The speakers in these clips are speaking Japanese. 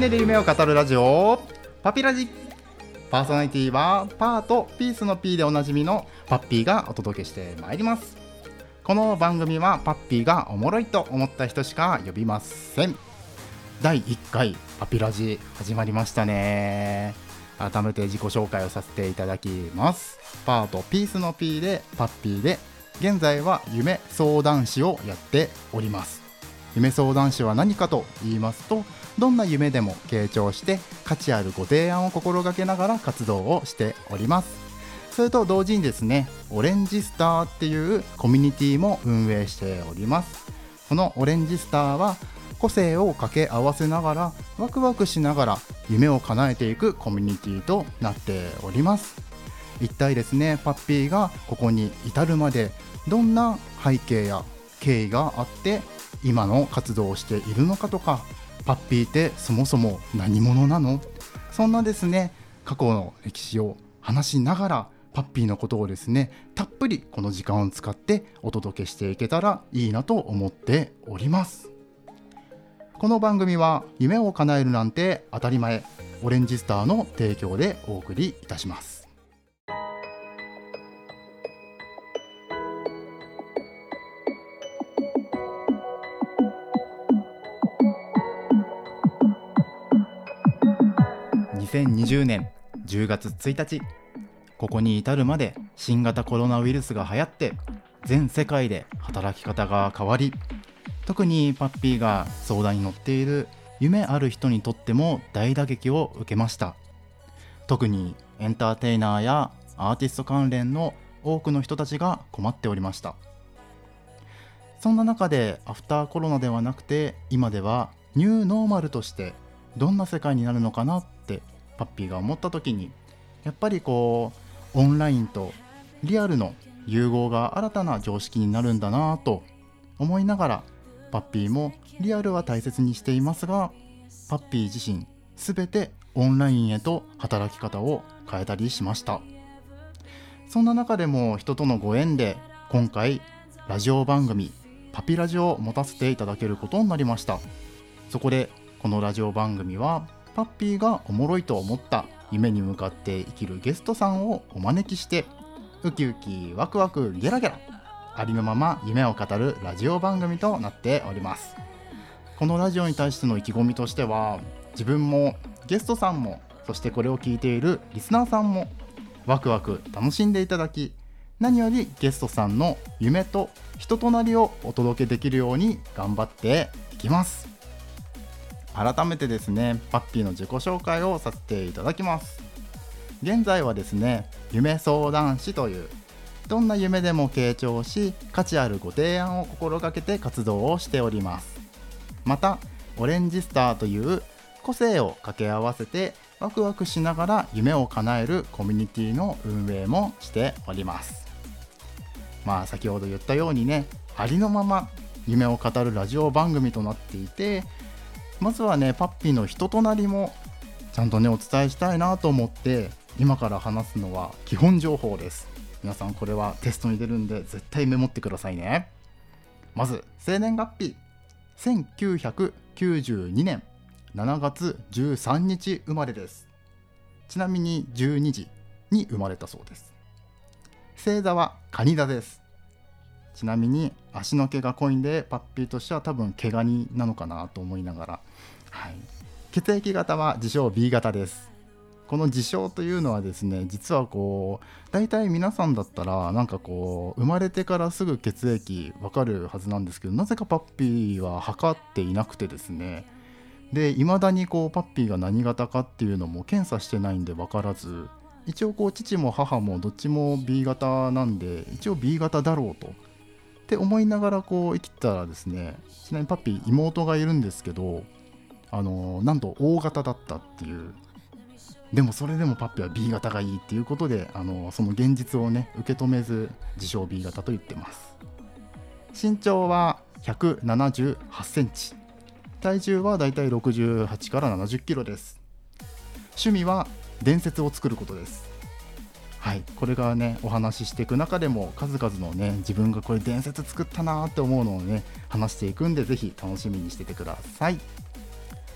で夢を語るラジオパピラジ。パーソナリティはパーとピースの P でおなじみのパッピーがお届けしてまいります。この番組はパッピーがおもろいと思った人しか呼びません。第1回パピラジ始まりましたね。改めて自己紹介をさせていただきます。パーとピースの P でパッピーで、現在は夢相談師をやっております。夢相談師は何かと言いますと、どんな夢でも傾聴して価値あるご提案を心がけながら活動をしております。それと同時にですね、オレンジスターっていうコミュニティも運営しております。このオレンジスターは個性を掛け合わせながらワクワクしながら夢を叶えていくコミュニティとなっております。一体ですね、パッピーがここに至るまでどんな背景や経緯があって今の活動をしているのかとか、パッピーってそもそも何者なの、そんなですね過去の歴史を話しながらパッピーのことをですねたっぷりこの時間を使ってお届けしていけたらいいなと思っております。この番組は夢を叶えるなんて当たり前、オレンジスターの提供でお送りいたします。2020年10月1日、ここに至るまで新型コロナウイルスが流行って全世界で働き方が変わり、特にパッピーが相談に乗っている夢ある人にとっても大打撃を受けました。特にエンターテイナーやアーティスト関連の多くの人たちが困っておりました。そんな中でアフターコロナではなくて今ではニューノーマルとしてどんな世界になるのかなってパッピーが思った時に、やっぱりオンラインとリアルの融合が新たな常識になるんだなと思いながら、パッピーもリアルは大切にしていますが、パッピー自身すべてオンラインへと働き方を変えたりしました。そんな中でも人とのご縁で今回ラジオ番組パピラジを持たせていただけることになりました。そこでこのラジオ番組はパッピーがおもろいと思った夢に向かって生きるゲストさんをお招きして、ウキウキワクワクゲラゲラありのまま夢を語るラジオ番組となっております。このラジオに対しての意気込みとしては、自分もゲストさんも、そしてこれを聞いているリスナーさんもワクワク楽しんでいただき、何よりゲストさんの夢と人となりをお届けできるように頑張っていきます。改めてですね、パッピーの自己紹介をさせていただきます。現在はですね、夢相談師というどんな夢でも傾聴し価値あるご提案を心がけて活動をしております。またオレンジスターという個性を掛け合わせてワクワクしながら夢を叶えるコミュニティの運営もしております。先ほど言ったようにね、ありのまま夢を語るラジオ番組となっていて、まずはねパッピーの人となりもちゃんとねお伝えしたいなと思って、今から話すのは基本情報です。皆さんこれはテストに出るんで絶対メモってくださいね。まず生年月日、1992年7月13日生まれです。ちなみに12時に生まれたそうです。星座は蟹座です。ちなみに足の毛が濃いんでパッピーとしては多分毛ガニなのかなと思いながら、血液型は自称 B 型です。この自称というのはですね、実は大体皆さんだったら生まれてからすぐ血液わかるはずなんですけど、なぜかパッピーは測っていなくてですね、で未だにパッピーが何型かっていうのも検査してないんでわからず、一応父も母もどっちも B 型なんで一応 B 型だろうとって思いながら生きたらですね、ちなみにパッピー妹がいるんですけど、なんと O 型だったっていう。でもそれでもパッピーは B 型がいいっていうことで、その現実をね受け止めず自称 B 型と言ってます。身長は178センチ、体重はだいたい68から70キロです。趣味は伝説を作ることです。これがねお話ししていく中でも数々のね自分がこれ伝説作ったなって思うのをね話していくんで、ぜひ楽しみにしててください。好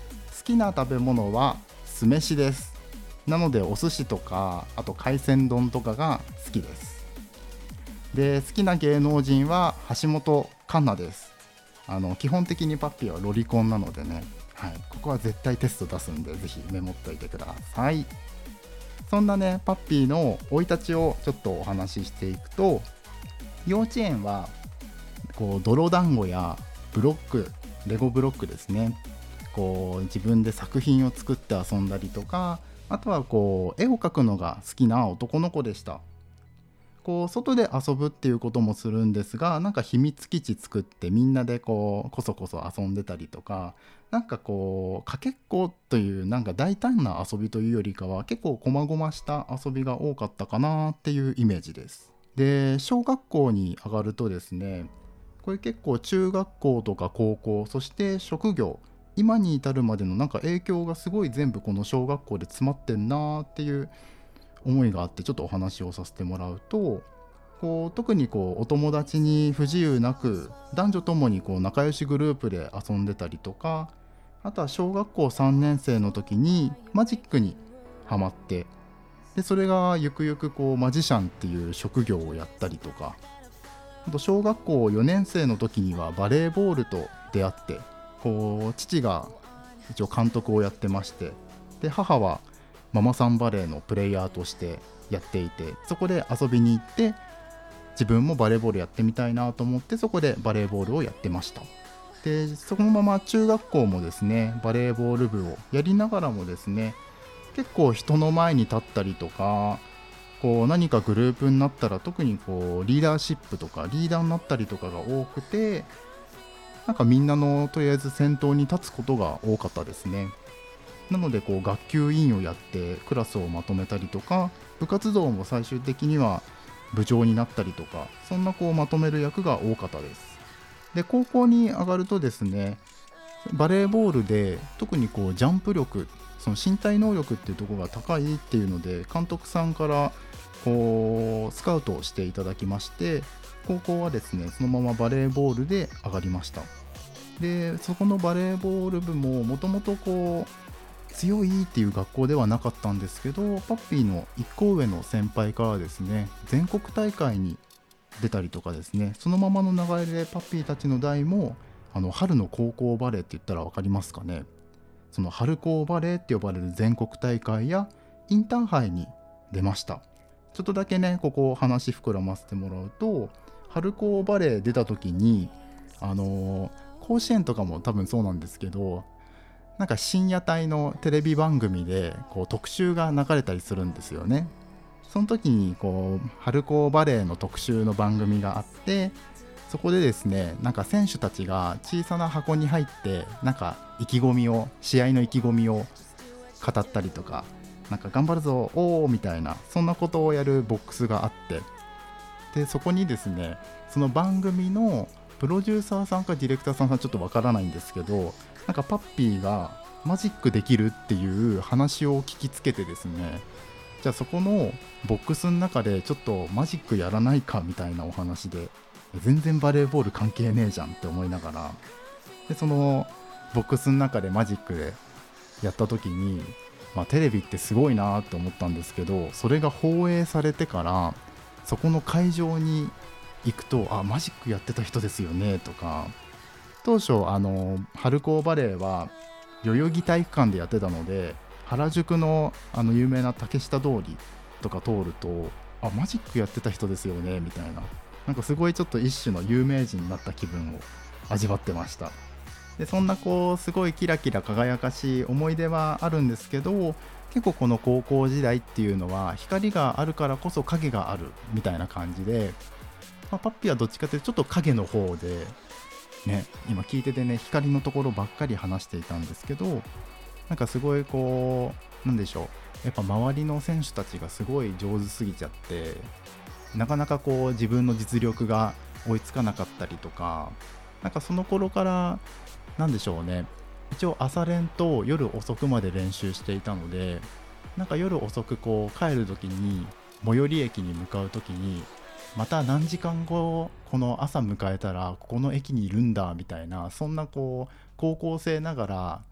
きな食べ物は酢飯です。なのでお寿司とかあと海鮮丼とかが好きです。で好きな芸能人は橋本環奈です。基本的にパッピーはロリコンなのでね、はい、ここは絶対テスト出すんでぜひメモっておいてください。そんなねパッピーの生い立ちをちょっとお話ししていくと、幼稚園はこう泥団子やブロック、レゴブロックですね、こう自分で作品を作って遊んだりとか、あとはこう絵を描くのが好きな男の子でした。こう外で遊ぶっていうこともするんですが、なんか秘密基地作ってみんなでこそこそ遊んでたりとか、なんかこうかけっこというなんか大胆な遊びというよりかは結構細々した遊びが多かったかなっていうイメージです。で小学校に上がるとですね、これ結構中学校とか高校、そして職業、今に至るまでのなんか影響がすごい全部この小学校で詰まってんなっていう思いがあって、ちょっとお話をさせてもらうと、こう特にこうお友達に不自由なく男女ともにこう仲良しグループで遊んでたりとか、あとは小学校3年生の時にマジックにハマって、でそれがゆくゆくこうマジシャンっていう職業をやったりとか、あと小学校4年生の時にはバレーボールと出会って、こう父が一応監督をやってまして、で母はママさんバレーのプレイヤーとしてやっていて、そこで遊びに行って自分もバレーボールやってみたいなと思って、そこでバレーボールをやってました。でそのまま中学校もですねバレーボール部をやりながらもですね、結構人の前に立ったりとか、こう何かグループになったら特にこうリーダーシップとかリーダーになったりとかが多くて、なんかみんなのとりあえず先頭に立つことが多かったですね。なのでこう学級委員をやってクラスをまとめたりとか、部活動も最終的には部長になったりとか、そんなこうまとめる役が多かったです。で高校に上がるとですね、バレーボールで特にこうジャンプ力、その身体能力っていうところが高いっていうので、監督さんからこうスカウトをしていただきまして、高校はですねそのままバレーボールで上がりました。でそこのバレーボール部ももともとこう強いっていう学校ではなかったんですけど、パッピーの1個上の先輩からですね全国大会に出たりとかですね、そのままの流れでパッピーたちの代も春の高校バレーって言ったら分かりますかね。その春高バレーって呼ばれる全国大会やインターハイに出ました。ちょっとだけねここ話膨らませてもらうと、春高バレー出た時に甲子園とかも多分そうなんですけど、なんか深夜帯のテレビ番組でこう特集が流れたりするんですよね。その時にこう春高バレーの特集の番組があって、そこでですねなんか選手たちが小さな箱に入ってなんか意気込みを、試合の意気込みを語ったりとか、なんか頑張るぞおーみたいな、そんなことをやるボックスがあって、でそこにですねその番組のプロデューサーさんかディレクターさんちょっとわからないんですけど、なんかパッピーがマジックできるっていう話を聞きつけてですね、じゃあそこのボックスの中でちょっとマジックやらないかみたいなお話で、全然バレーボール関係ねえじゃんって思いながら、でそのボックスの中でマジックでやった時に、テレビってすごいなと思ったんですけど、それが放映されてからそこの会場に行くと、マジックやってた人ですよねとか、当初春高バレーは代々木体育館でやってたので、原宿の有名な竹下通りとか通ると、マジックやってた人ですよねみたいな、なんかすごいちょっと一種の有名人になった気分を味わってました。でそんなこうすごいキラキラ輝かしい思い出はあるんですけど、結構この高校時代っていうのは光があるからこそ影があるみたいな感じで、パッピーはどっちかというとちょっと影の方でね、今聞いててね光のところばっかり話していたんですけど、なんかすごいこうなんでしょう、やっぱ周りの選手たちがすごい上手すぎちゃって、なかなかこう自分の実力が追いつかなかったりとか、なんかその頃からなんでしょうね、一応朝練と夜遅くまで練習していたので、なんか夜遅くこう帰る時に最寄り駅に向かう時に、また何時間後この朝迎えたらここの駅にいるんだみたいな、そんなこう高校生ながら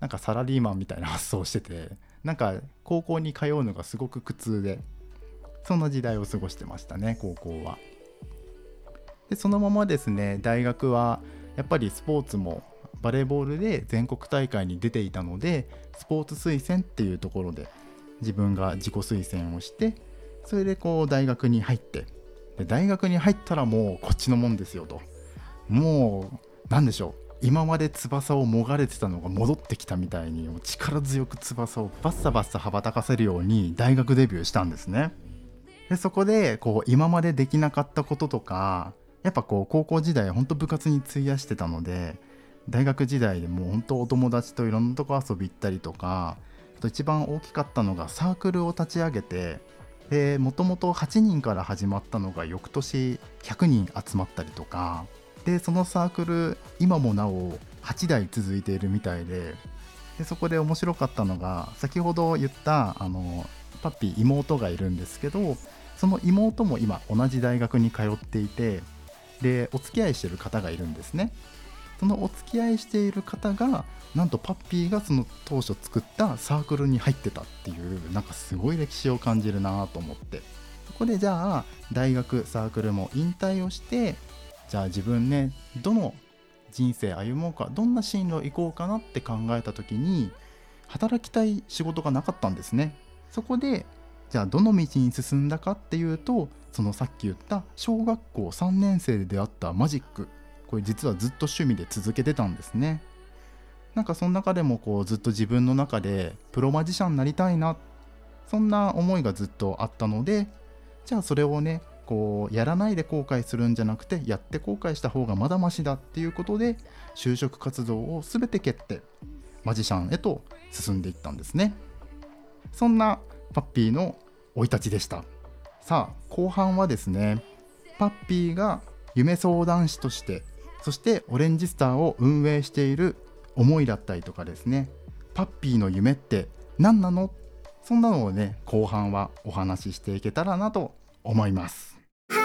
なんかサラリーマンみたいな発想をしてて、なんか高校に通うのがすごく苦痛で、そんな時代を過ごしてましたね、高校は。でそのままですね、大学はやっぱりスポーツもバレーボールで全国大会に出ていたので、スポーツ推薦っていうところで自分が自己推薦をして、それでこう大学に入って、で大学に入ったらもうこっちのもんですよと、もうなんでしょう、今まで翼をもがれてたのが戻ってきたみたいに、力強く翼をバッサバッサ羽ばたかせるように大学デビューしたんですね。でそこでこう今までできなかったこととか、やっぱこう高校時代本当部活に費やしてたので、大学時代でもう本当お友達といろんなとこ遊び行ったりとか、あと一番大きかったのがサークルを立ち上げて、でもともと8人から始まったのが翌年100人集まったりとかで、そのサークル今もなお8代続いているみたいで、そこで面白かったのが、先ほど言ったパッピー妹がいるんですけど、その妹も今同じ大学に通っていて、でお付き合いしている方がいるんですね。そのお付き合いしている方がなんとパッピーがその当初作ったサークルに入ってたっていう、なんかすごい歴史を感じるなと思って、そこでじゃあ大学サークルも引退をして、じゃあ自分ね、どの人生歩もうか、どんな進路行こうかなって考えた時に、働きたい仕事がなかったんですね。そこでじゃあどの道に進んだかっていうと、そのさっき言った小学校3年生で出会ったマジック、これ実はずっと趣味で続けてたんですね。なんかその中でもこうずっと自分の中でプロマジシャンになりたいな、そんな思いがずっとあったので、じゃあそれをねこうやらないで後悔するんじゃなくて、やって後悔した方がまだマシだっていうことで、就職活動を全て蹴ってマジシャンへと進んでいったんですね。そんなパッピーの生い立ちでした。さあ後半はですね、パッピーが夢相談師として、そしてオレンジスターを運営している思いだったりとかですね、パッピーの夢って何なの、そんなのをね後半はお話ししていけたらなと思います。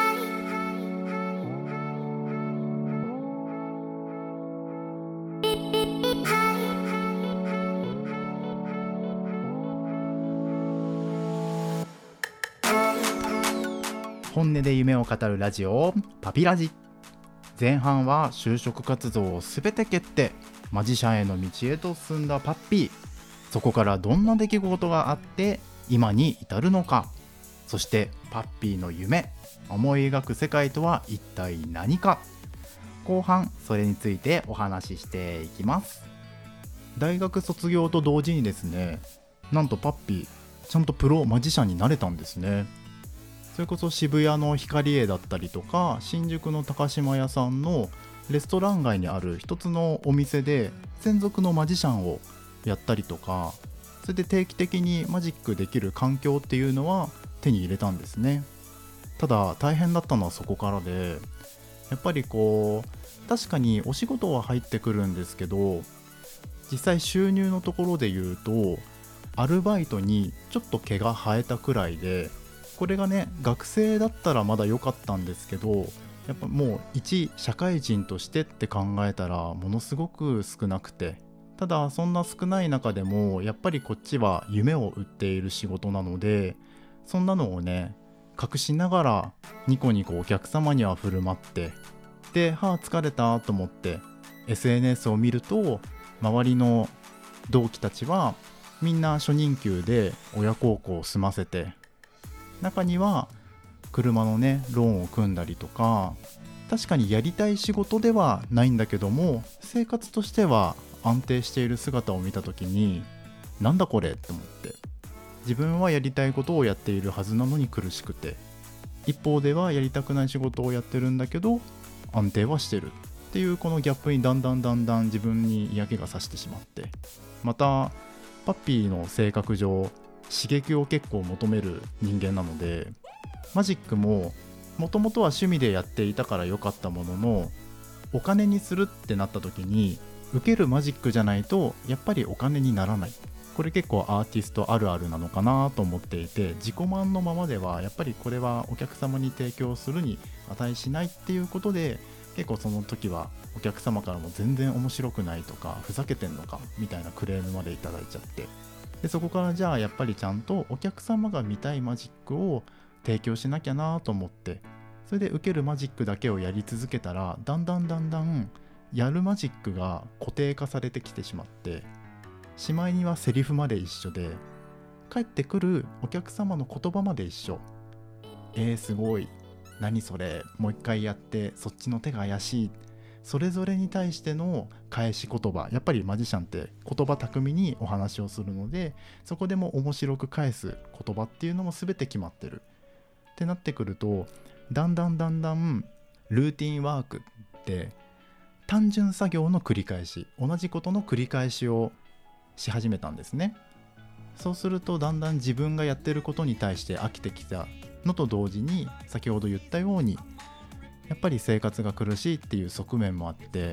本音で夢を語るラジオパピラジ。前半は就職活動をすべて蹴ってマジシャンへの道へと進んだパッピー、そこからどんな出来事があって今に至るのか、そしてパッピーの夢、思い描く世界とは一体何か。後半それについてお話ししていきます。大学卒業と同時にですね、なんとパッピーちゃんとプロマジシャンになれたんですね。それこそ渋谷の光栄だったりとか、新宿の高島屋さんのレストラン街にある一つのお店で専属のマジシャンをやったりとか、それで定期的にマジックできる環境っていうのは手に入れたんですね。ただ大変だったのはそこからで、やっぱりこう確かにお仕事は入ってくるんですけど、実際収入のところで言うとアルバイトにちょっと毛が生えたくらいで、これがね学生だったらまだ良かったんですけど、やっぱもう一社会人としてって考えたらものすごく少なくて、ただそんな少ない中でもやっぱりこっちは夢を売っている仕事なので、そんなのをね隠しながらニコニコお客様には振る舞って、で疲れたと思って SNS を見ると、周りの同期たちはみんな初任給で親孝行を済ませて、中には車のねローンを組んだりとか、確かにやりたい仕事ではないんだけども生活としては安定している姿を見た時に、なんだこれって思って、自分はやりたいことをやっているはずなのに苦しくて、一方ではやりたくない仕事をやってるんだけど安定はしてるっていう、このギャップにだんだん自分に嫌気がさしてしまって、またパッピーの性格上刺激を結構求める人間なので、マジックももともとは趣味でやっていたから良かったものの、お金にするってなった時に受けるマジックじゃないとやっぱりお金にならない。これ結構アーティストあるあるなのかなと思っていて、自己満のままではやっぱりこれはお客様に提供するに値しないっていうことで、 結構その時はお客様からも全然面白くないとかふざけてんのかみたいなクレームまでいただいちゃって、でそこからじゃあやっぱりちゃんとお客様が見たいマジックを提供しなきゃなと思って、それで受けるマジックだけをやり続けたら、だんだんやるマジックが固定化されてきてしまって、しまいにはセリフまで一緒で、帰ってくるお客様の言葉まで一緒。すごい、何それ、もう一回やって、そっちの手が怪しい。それぞれに対しての返し言葉、やっぱりマジシャンって言葉巧みにお話をするので、そこでも面白く返す言葉っていうのも全て決まってるってなってくると、だんだんルーティンワークって単純作業の繰り返し、同じことの繰り返しをし始めたんですね。そうするとだんだん自分がやってることに対して飽きてきたのと同時に、先ほど言ったようにやっぱり生活が苦しいっていう側面もあって、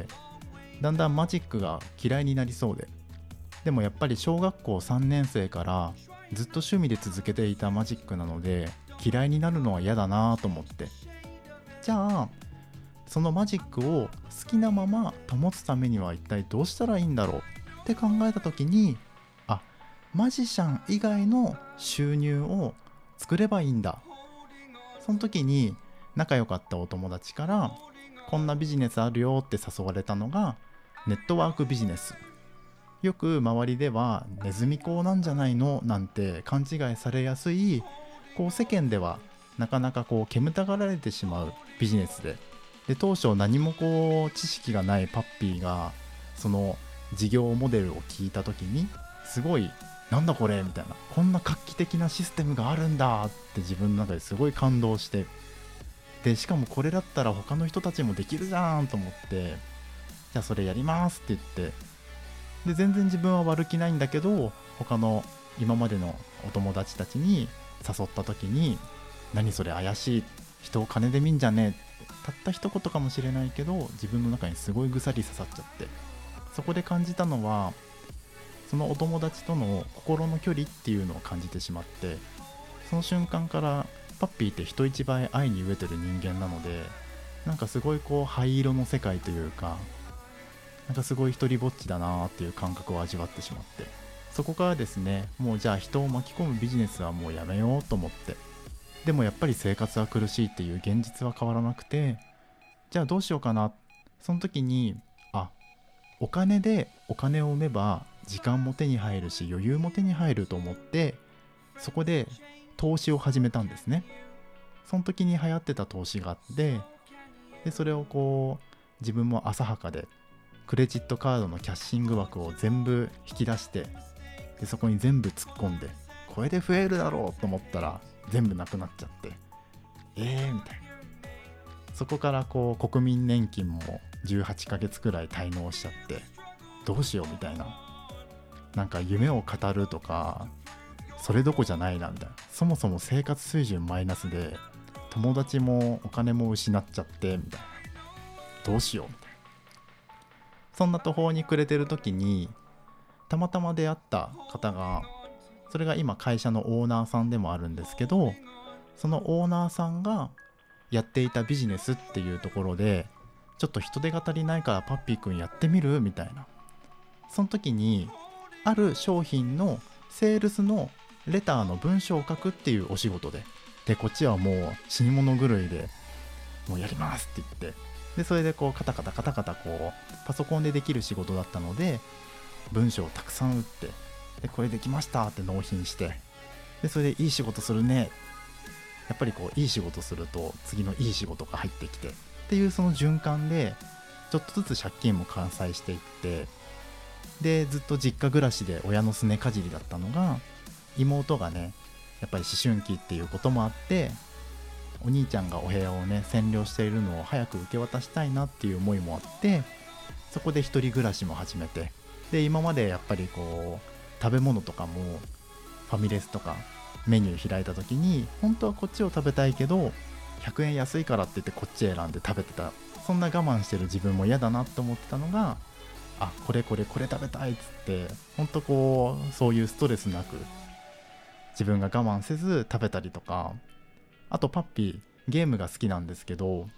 だんだんマジックが嫌いになりそうで、でもやっぱり小学校3年生からずっと趣味で続けていたマジックなので、嫌いになるのは嫌だなと思って、じゃあそのマジックを好きなまま保つためには一体どうしたらいいんだろうって考えた時に、マジシャン以外の収入を作ればいいんだ。その時に仲良かったお友達からこんなビジネスあるよって誘われたのがネットワークビジネス。よく周りではネズミ講なんじゃないのなんて勘違いされやすい、世間ではなかなか煙たがられてしまうビジネスで、当初何も知識がないパッピーがその事業モデルを聞いた時に、すごいなんだこれみたいな、こんな画期的なシステムがあるんだって自分の中ですごい感動して、でしかもこれだったら他の人たちもできるじゃんと思って、じゃあそれやりますって言って、で全然自分は悪気ないんだけど、他の今までのお友達たちに誘った時に、何それ怪しい、人を金で見んじゃねえ、たった一言かもしれないけど自分の中にすごいぐさり刺さっちゃって、そこで感じたのは、そのお友達との心の距離っていうのを感じてしまって、その瞬間からパッピーって人一倍愛に飢えてる人間なので、なんかすごい灰色の世界というか、なんかすごい一人ぼっちだなっていう感覚を味わってしまって、そこからですね、もうじゃあ人を巻き込むビジネスはもうやめようと思って、でもやっぱり生活は苦しいっていう現実は変わらなくて、じゃあどうしようかな。その時にお金でお金を生めば時間も手に入るし余裕も手に入ると思って、そこで投資を始めたんですね。その時に流行ってた投資があって、でそれを自分も浅はかでクレジットカードのキャッシング枠を全部引き出して、でそこに全部突っ込んで、これで増えるだろうと思ったら全部なくなっちゃって、みたいな。そこから国民年金も18ヶ月くらい滞納しちゃって、どうしようみたいな、なんか夢を語るとかそれどこじゃないなみたいな、そもそも生活水準マイナスで友達もお金も失っちゃってみたいな、どうしようみたいな、そんな途方に暮れてる時にたまたま出会った方が、それが今会社のオーナーさんでもあるんですけど、そのオーナーさんがやっていたビジネスっていうところで、ちょっと人手が足りないからパッピーくんやってみるみたいな、その時にある商品のセールスのレターの文章を書くっていうお仕事で、こっちはもう死に物狂いでもうやりますって言って、でそれでカタカタパソコンでできる仕事だったので、文章をたくさん打って、でこれできましたって納品して、でそれでいい仕事するね、やっぱりいい仕事すると次のいい仕事が入ってきてっていう、その循環でちょっとずつ借金も完済していって、でずっと実家暮らしで親のすねかじりだったのが、妹がねやっぱり思春期っていうこともあって、お兄ちゃんがお部屋をね占領しているのを早く受け渡したいなっていう思いもあって、そこで一人暮らしも始めて、で今までやっぱり食べ物とかもファミレスとかメニュー開いた時に、本当はこっちを食べたいけど100円安いからって言ってこっち選んで食べてた、そんな我慢してる自分も嫌だなって思ってたのが、これ食べたいっつって、本当そういうストレスなく自分が我慢せず食べたりとか、あとパッピーゲームが好きなんですけど、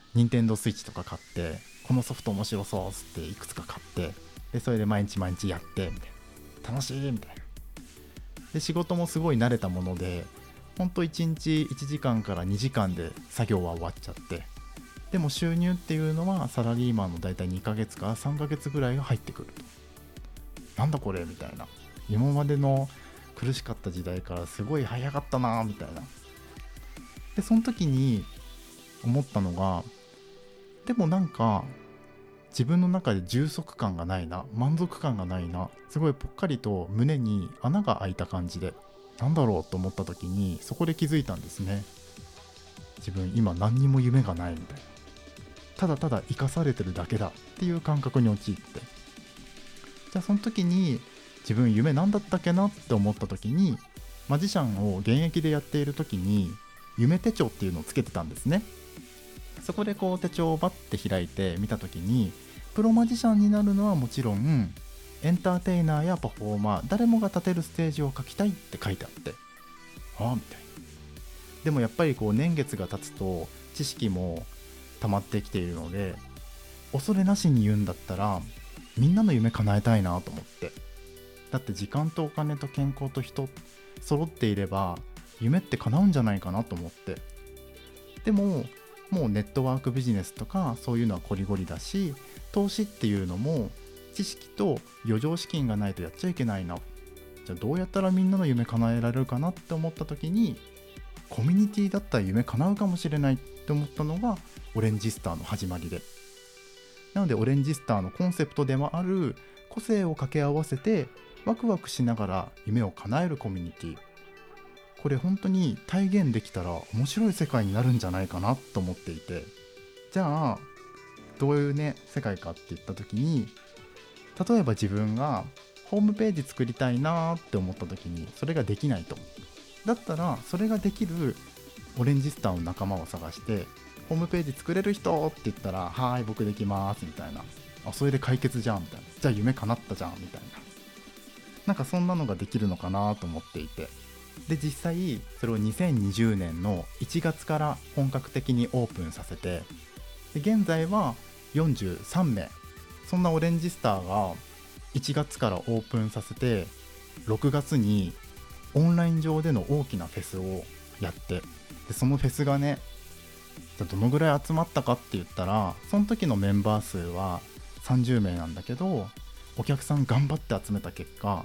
任天堂スイッチとか買って、このソフト面白そうっつっていくつか買って、でそれで毎日毎日やってみたいな、楽しいみたいな。で仕事もすごい慣れたもので、ほんと1日1時間から2時間で作業は終わっちゃって、でも収入っていうのはサラリーマンのだいたい2ヶ月から3ヶ月ぐらいが入ってくると。なんだこれみたいな。今までの苦しかった時代からすごい早かったなみたいな。でその時に思ったのが、でもなんか自分の中で充足感がないな、満足感がないな、すごいぽっかりと胸に穴が開いた感じで、なんだろうと思った時に、そこで気づいたんですね。自分今何にも夢がないみたいな、ただただ生かされてるだけだっていう感覚に陥って、じゃあその時に自分夢なんだったっけなって思った時に、マジシャンを現役でやっている時に夢手帳っていうのをつけてたんですね。そこでこう手帳をバッて開いて見た時に、プロマジシャンになるのはもちろん、エンターテイナーやパフォーマー誰もが立てるステージを書きたいって書いてあって、ああみたいな。でもやっぱりこう年月が経つと知識も溜まってきているので、恐れなしに言うんだったらみんなの夢叶えたいなと思って。だって時間とお金と健康と人揃っていれば夢って叶うんじゃないかなと思って。でももうネットワークビジネスとかそういうのはコリゴリだし、投資っていうのも知識と余剰資金がないとやっちゃいけないな。じゃあどうやったらみんなの夢叶えられるかなって思った時に、コミュニティだったら夢叶うかもしれないって思ったのがオレンジスターの始まりで、なのでオレンジスターのコンセプトでもある個性を掛け合わせてワクワクしながら夢を叶えるコミュニティ、これ本当に体現できたら面白い世界になるんじゃないかなと思っていて、じゃあどういうね世界かって言った時に、例えば自分がホームページ作りたいなって思った時にそれができないと、だったらそれができるオレンジスターの仲間を探して、ホームページ作れる人って言ったら、はーい僕できますみたいな、あそれで解決じゃんみたいな、じゃあ夢叶ったじゃんみたいな、なんかそんなのができるのかなと思っていて、で実際それを2020年の1月から本格的にオープンさせて、で現在は43名、そんなオレンジスターが1月からオープンさせて、6月にオンライン上での大きなフェスをやって、でそのフェスがね、じゃあどのぐらい集まったかって言ったら、その時のメンバー数は30名なんだけど、お客さん頑張って集めた結果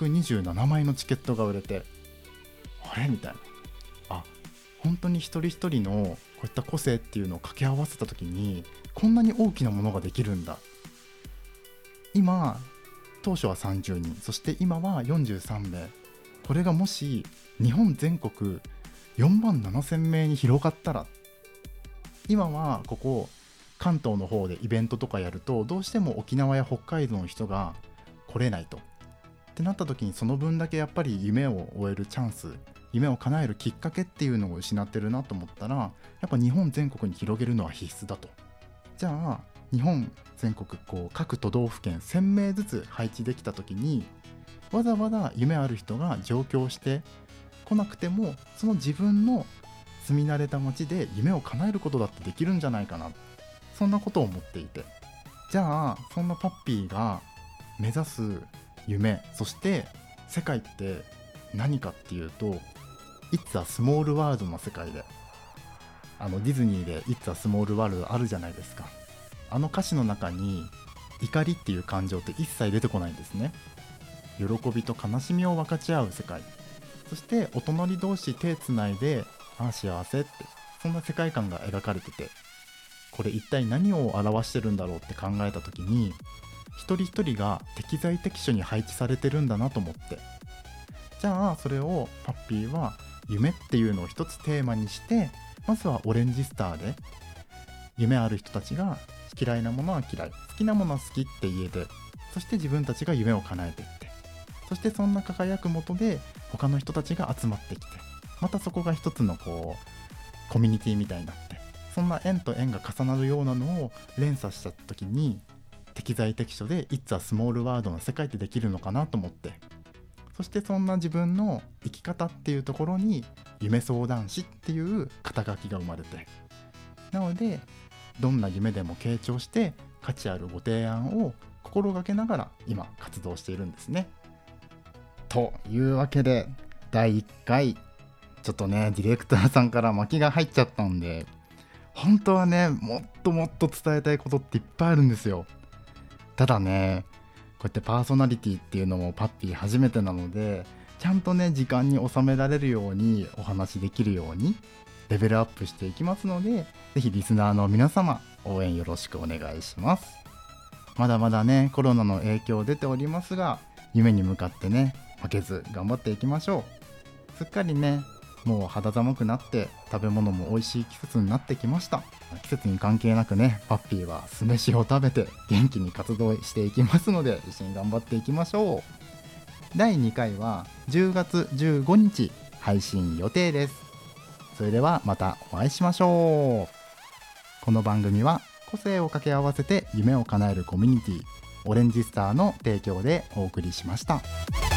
127枚のチケットが売れて、あれみたいな、あ本当に一人一人のこういった個性っていうのを掛け合わせた時にこんなに大きなものができるんだ。今当初は30人、そして今は43名、これがもし日本全国4万7千名に広がったら、今はここ関東の方でイベントとかやるとどうしても沖縄や北海道の人が来れないとってなった時に、その分だけやっぱり夢を終えるチャンス、夢を叶えるきっかけっていうのを失ってるなと思ったら、やっぱ日本全国に広げるのは必須だと。じゃあ日本全国こう各都道府県1000名ずつ配置できた時に、わざわざ夢ある人が上京して来なくても、その自分の住み慣れた街で夢を叶えることだってできるんじゃないかな、そんなことを思っていて、じゃあそんなパッピーが目指す夢、そして世界って何かっていうと、 It's a Small World の世界で、ディズニーで It's a Small World あるじゃないですか。あの歌詞の中に怒りっていう感情って一切出てこないんですね。喜びと悲しみを分かち合う世界、そしてお隣同士手つないで、ああ幸せって、そんな世界観が描かれてて、これ一体何を表してるんだろうって考えた時に、一人一人が適材適所に配置されてるんだなと思って、じゃあそれをパッピーは夢っていうのを一つテーマにして、まずはオレンジスターで夢ある人たちが嫌いなものは嫌い、好きなものは好きって言えて、そして自分たちが夢を叶えていって、そしてそんな輝く元で他の人たちが集まってきて、またそこが一つのこうコミュニティみたいになって、そんな縁と縁が重なるようなのを連鎖した時に、適材適所で It's a Small World の世界ってできるのかなと思って、そしてそんな自分の生き方っていうところに夢相談師っていう肩書きが生まれて、なのでどんな夢でも傾聴して価値あるご提案を心がけながら今活動しているんですね。というわけで第1回ちょっとねディレクターさんから巻きが入っちゃったんで、本当はねもっともっと伝えたいことっていっぱいあるんですよ。ただねこうやってパーソナリティっていうのもパッピー初めてなので、ちゃんとね時間に収められるようにお話できるようにレベルアップしていきますので、ぜひリスナーの皆様応援よろしくお願いします。まだまだねコロナの影響出ておりますが、夢に向かってね負けず頑張っていきましょう。すっかりねもう肌寒くなって食べ物も美味しい季節になってきました。季節に関係なくねパッピーは酢飯を食べて元気に活動していきますので、一緒に頑張っていきましょう。第2回は10月15日配信予定です。それではまたお会いしましょう。この番組は個性を掛け合わせて夢を叶えるコミュニティオレンジスターの提供でお送りしました。